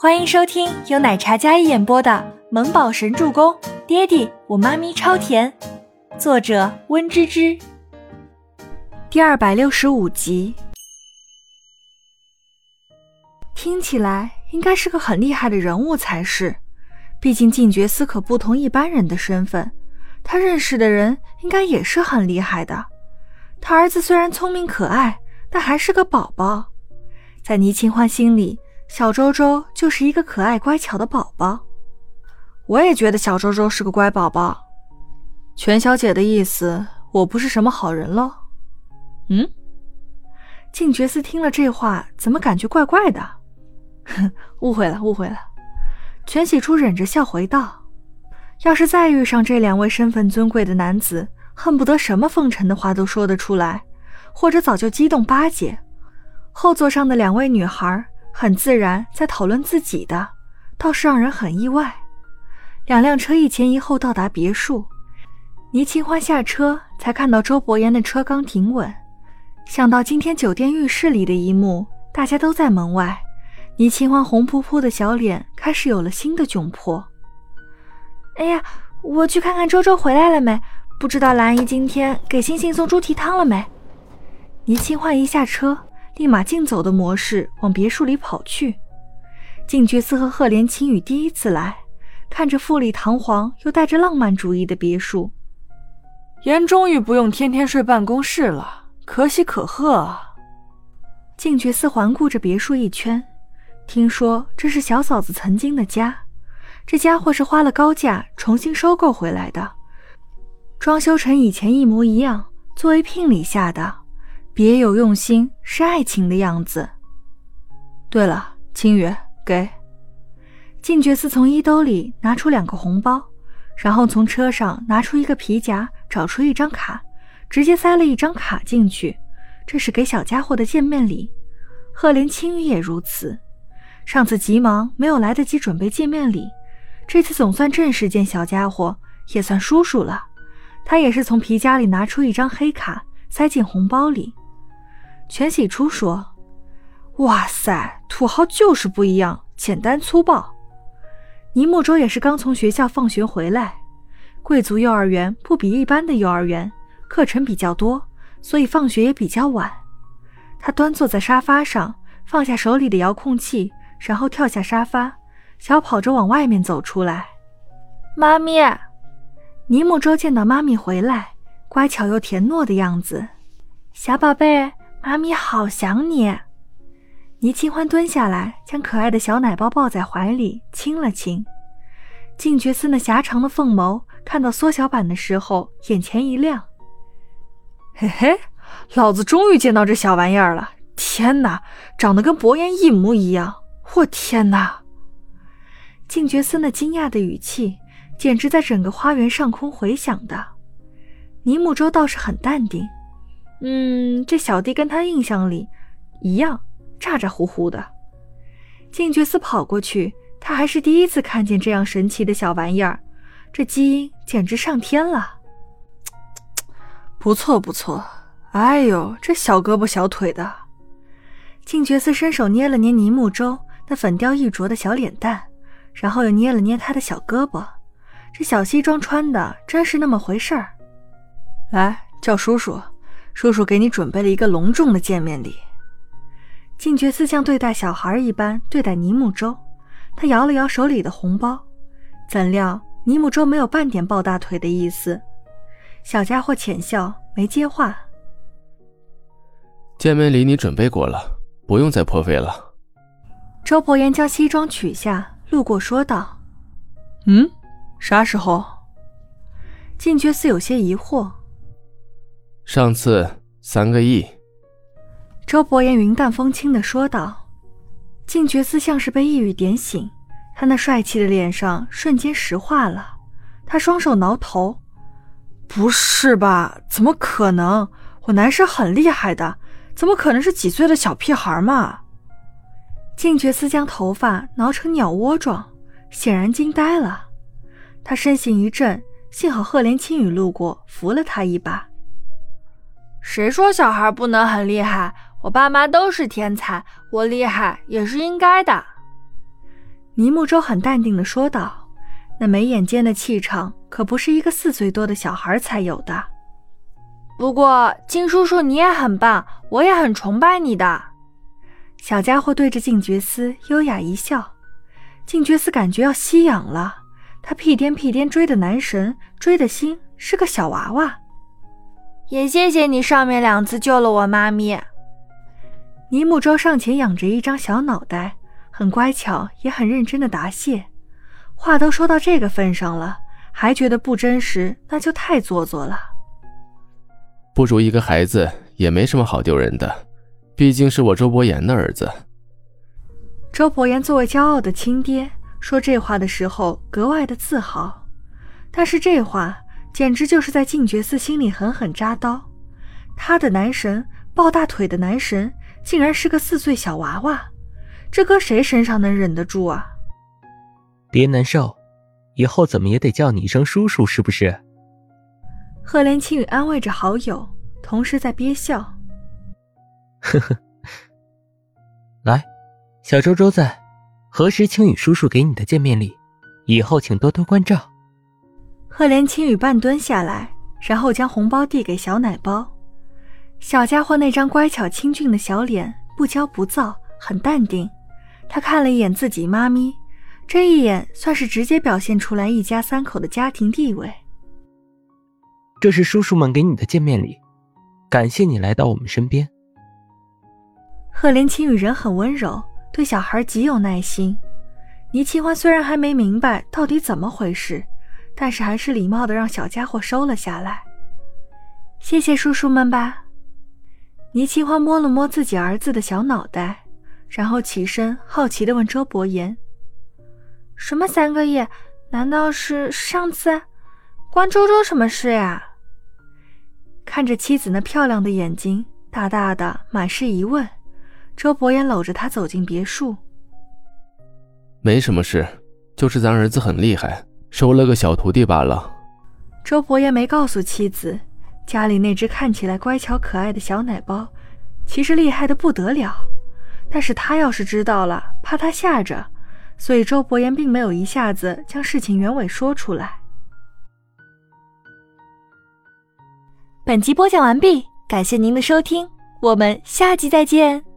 欢迎收听由奶茶嘉一演播的《萌宝神助攻》，爹地我妈咪超甜，作者温芝芝。第265集。听起来应该是个很厉害的人物才是，毕竟静觉司可不同一般人的身份，他认识的人应该也是很厉害的。他儿子虽然聪明可爱，但还是个宝宝。在倪清欢心里，小周周就是一个可爱乖巧的宝宝。我也觉得小周周是个乖宝宝。全小姐的意思，我不是什么好人咯？静觉司听了这话，怎么感觉怪怪的？误会了。全喜初忍着笑回道，要是再遇上这两位身份尊贵的男子，恨不得什么奉承的话都说得出来，或者早就激动巴结。后座上的两位女孩很自然在讨论自己的，倒是让人很意外。两辆车一前一后到达别墅，倪清欢下车才看到周伯言的车刚停稳。想到今天酒店浴室里的一幕，大家都在门外，倪清欢红扑扑的小脸开始有了新的窘迫。哎呀，我去看看周周回来了没，不知道兰姨今天给星星送猪蹄汤了没。倪清欢一下车，立马竞走的模式往别墅里跑去。静觉司和赫连青羽第一次来，看着富丽堂皇又带着浪漫主义的别墅。 言终于不用天天睡办公室了，可喜可贺啊。 静觉司环顾着别墅一圈，听说这是小嫂子曾经的家，这家伙是花了高价重新收购回来的，装修成以前一模一样，作为聘礼下的，别有用心，是爱情的样子。对了，清羽，给。静觉司从衣兜里拿出2个红包，然后从车上拿出一个皮夹，找出一张卡，直接塞了一张卡进去，这是给小家伙的见面礼。赫连青羽也如此，上次急忙没有来得及准备见面礼，这次总算正式见小家伙，也算叔叔了。他也是从皮夹里拿出一张黑卡，塞进红包里。全喜初说，哇塞，土豪就是不一样，简单粗暴。倪木舟也是刚从学校放学回来，贵族幼儿园不比一般的幼儿园，课程比较多，所以放学也比较晚。他端坐在沙发上，放下手里的遥控器，然后跳下沙发，小跑着往外面走出来。妈咪！倪木舟见到妈咪回来，乖巧又甜糯的样子。小宝贝，妈咪好想你。倪清欢蹲下来，将可爱的小奶包抱在怀里，亲了亲。静觉司那狭长的凤眸看到缩小版的时候，眼前一亮。 嘿嘿，老子终于见到这小玩意儿了！天哪，长得跟伯言一模一样！我天哪！ 静觉司那惊讶的语气，简直在整个花园上空回响的。倪木舟倒是很淡定，这小弟跟他印象里一样，咋咋呼呼的。静觉司跑过去，他还是第一次看见这样神奇的小玩意儿，这基因简直上天了。 不错，哎呦，这小胳膊小腿的。 静觉司伸手捏了捏倪木舟那粉雕玉琢的小脸蛋，然后又捏了捏他的小胳膊，这小西装穿的真是那么回事儿。 来，叫叔叔，叔叔给你准备了一个隆重的见面礼。 静觉司像对待小孩一般对待倪木舟，他摇了摇手里的红包，怎料倪木舟没有半点抱大腿的意思。小家伙浅笑，没接话。 见面礼你准备过了，不用再破费了。 周伯言将西装取下，路过说道。 啥时候？ 静觉司有些疑惑。 上次3个亿。 周伯言云淡风轻地说道。静觉司像是被一语点醒，他那帅气的脸上瞬间石化了，他双手挠头。 不是吧，怎么可能？我男生很厉害的，怎么可能是几岁的小屁孩嘛？ 静觉司将头发挠成鸟窝状，显然惊呆了。他身形一震，幸好赫连青羽路过，扶了他一把。 谁说小孩不能很厉害？我爸妈都是天才，我厉害也是应该的。 尼木舟很淡定地说道，那眉眼间的气场可不是一个4岁多的小孩才有的。 不过金叔叔你也很棒，我也很崇拜你的。 小家伙对着静觉司优雅一笑，静觉司感觉要吸氧了，他屁颠屁颠追的男神，追的心是个小娃娃。 也谢谢你上面2次救了我妈咪。 尼木舟上前仰着一张小脑袋，很乖巧也很认真的答谢。话都说到这个份上了，还觉得不真实，那就太做作了。 不如一个孩子也没什么好丢人的，毕竟是我周伯言的儿子。 周伯言作为骄傲的亲爹，说这话的时候格外的自豪，但是这话简直就是在静觉司心里狠狠扎刀。他的男神，抱大腿的男神，竟然是个4岁小娃娃，这搁谁身上能忍得住啊？ 别难受，以后怎么也得叫你一声叔叔，是不是？ 赫连青羽安慰着好友，同时在憋笑。 呵呵，来，小周周在，何时青羽叔叔给你的见面礼，以后请多多关照。 赫连青羽半蹲下来，然后将红包递给小奶包。小家伙那张乖巧清俊的小脸不骄不躁，很淡定。他看了一眼自己妈咪，这一眼算是直接表现出来一家3口的家庭地位。 这是叔叔们给你的见面礼，感谢你来到我们身边。 赫连青羽人很温柔，对小孩极有耐心。倪清欢虽然还没明白到底怎么回事，但是还是礼貌地让小家伙收了下来。谢谢叔叔们吧。倪清欢摸了摸自己儿子的小脑袋，然后起身好奇地问周伯言， 什么3个亿？难道是上次？关周周什么事呀？ 看着妻子那漂亮的眼睛，大大的满是疑问，周伯言搂着她走进别墅。 没什么事，就是咱儿子很厉害，收了个小徒弟罢了。 周伯言没告诉妻子，家里那只看起来乖巧可爱的小奶包其实厉害的不得了，但是他要是知道了，怕他吓着，所以周伯言并没有一下子将事情原委说出来。 本集播讲完毕，感谢您的收听，我们下集再见。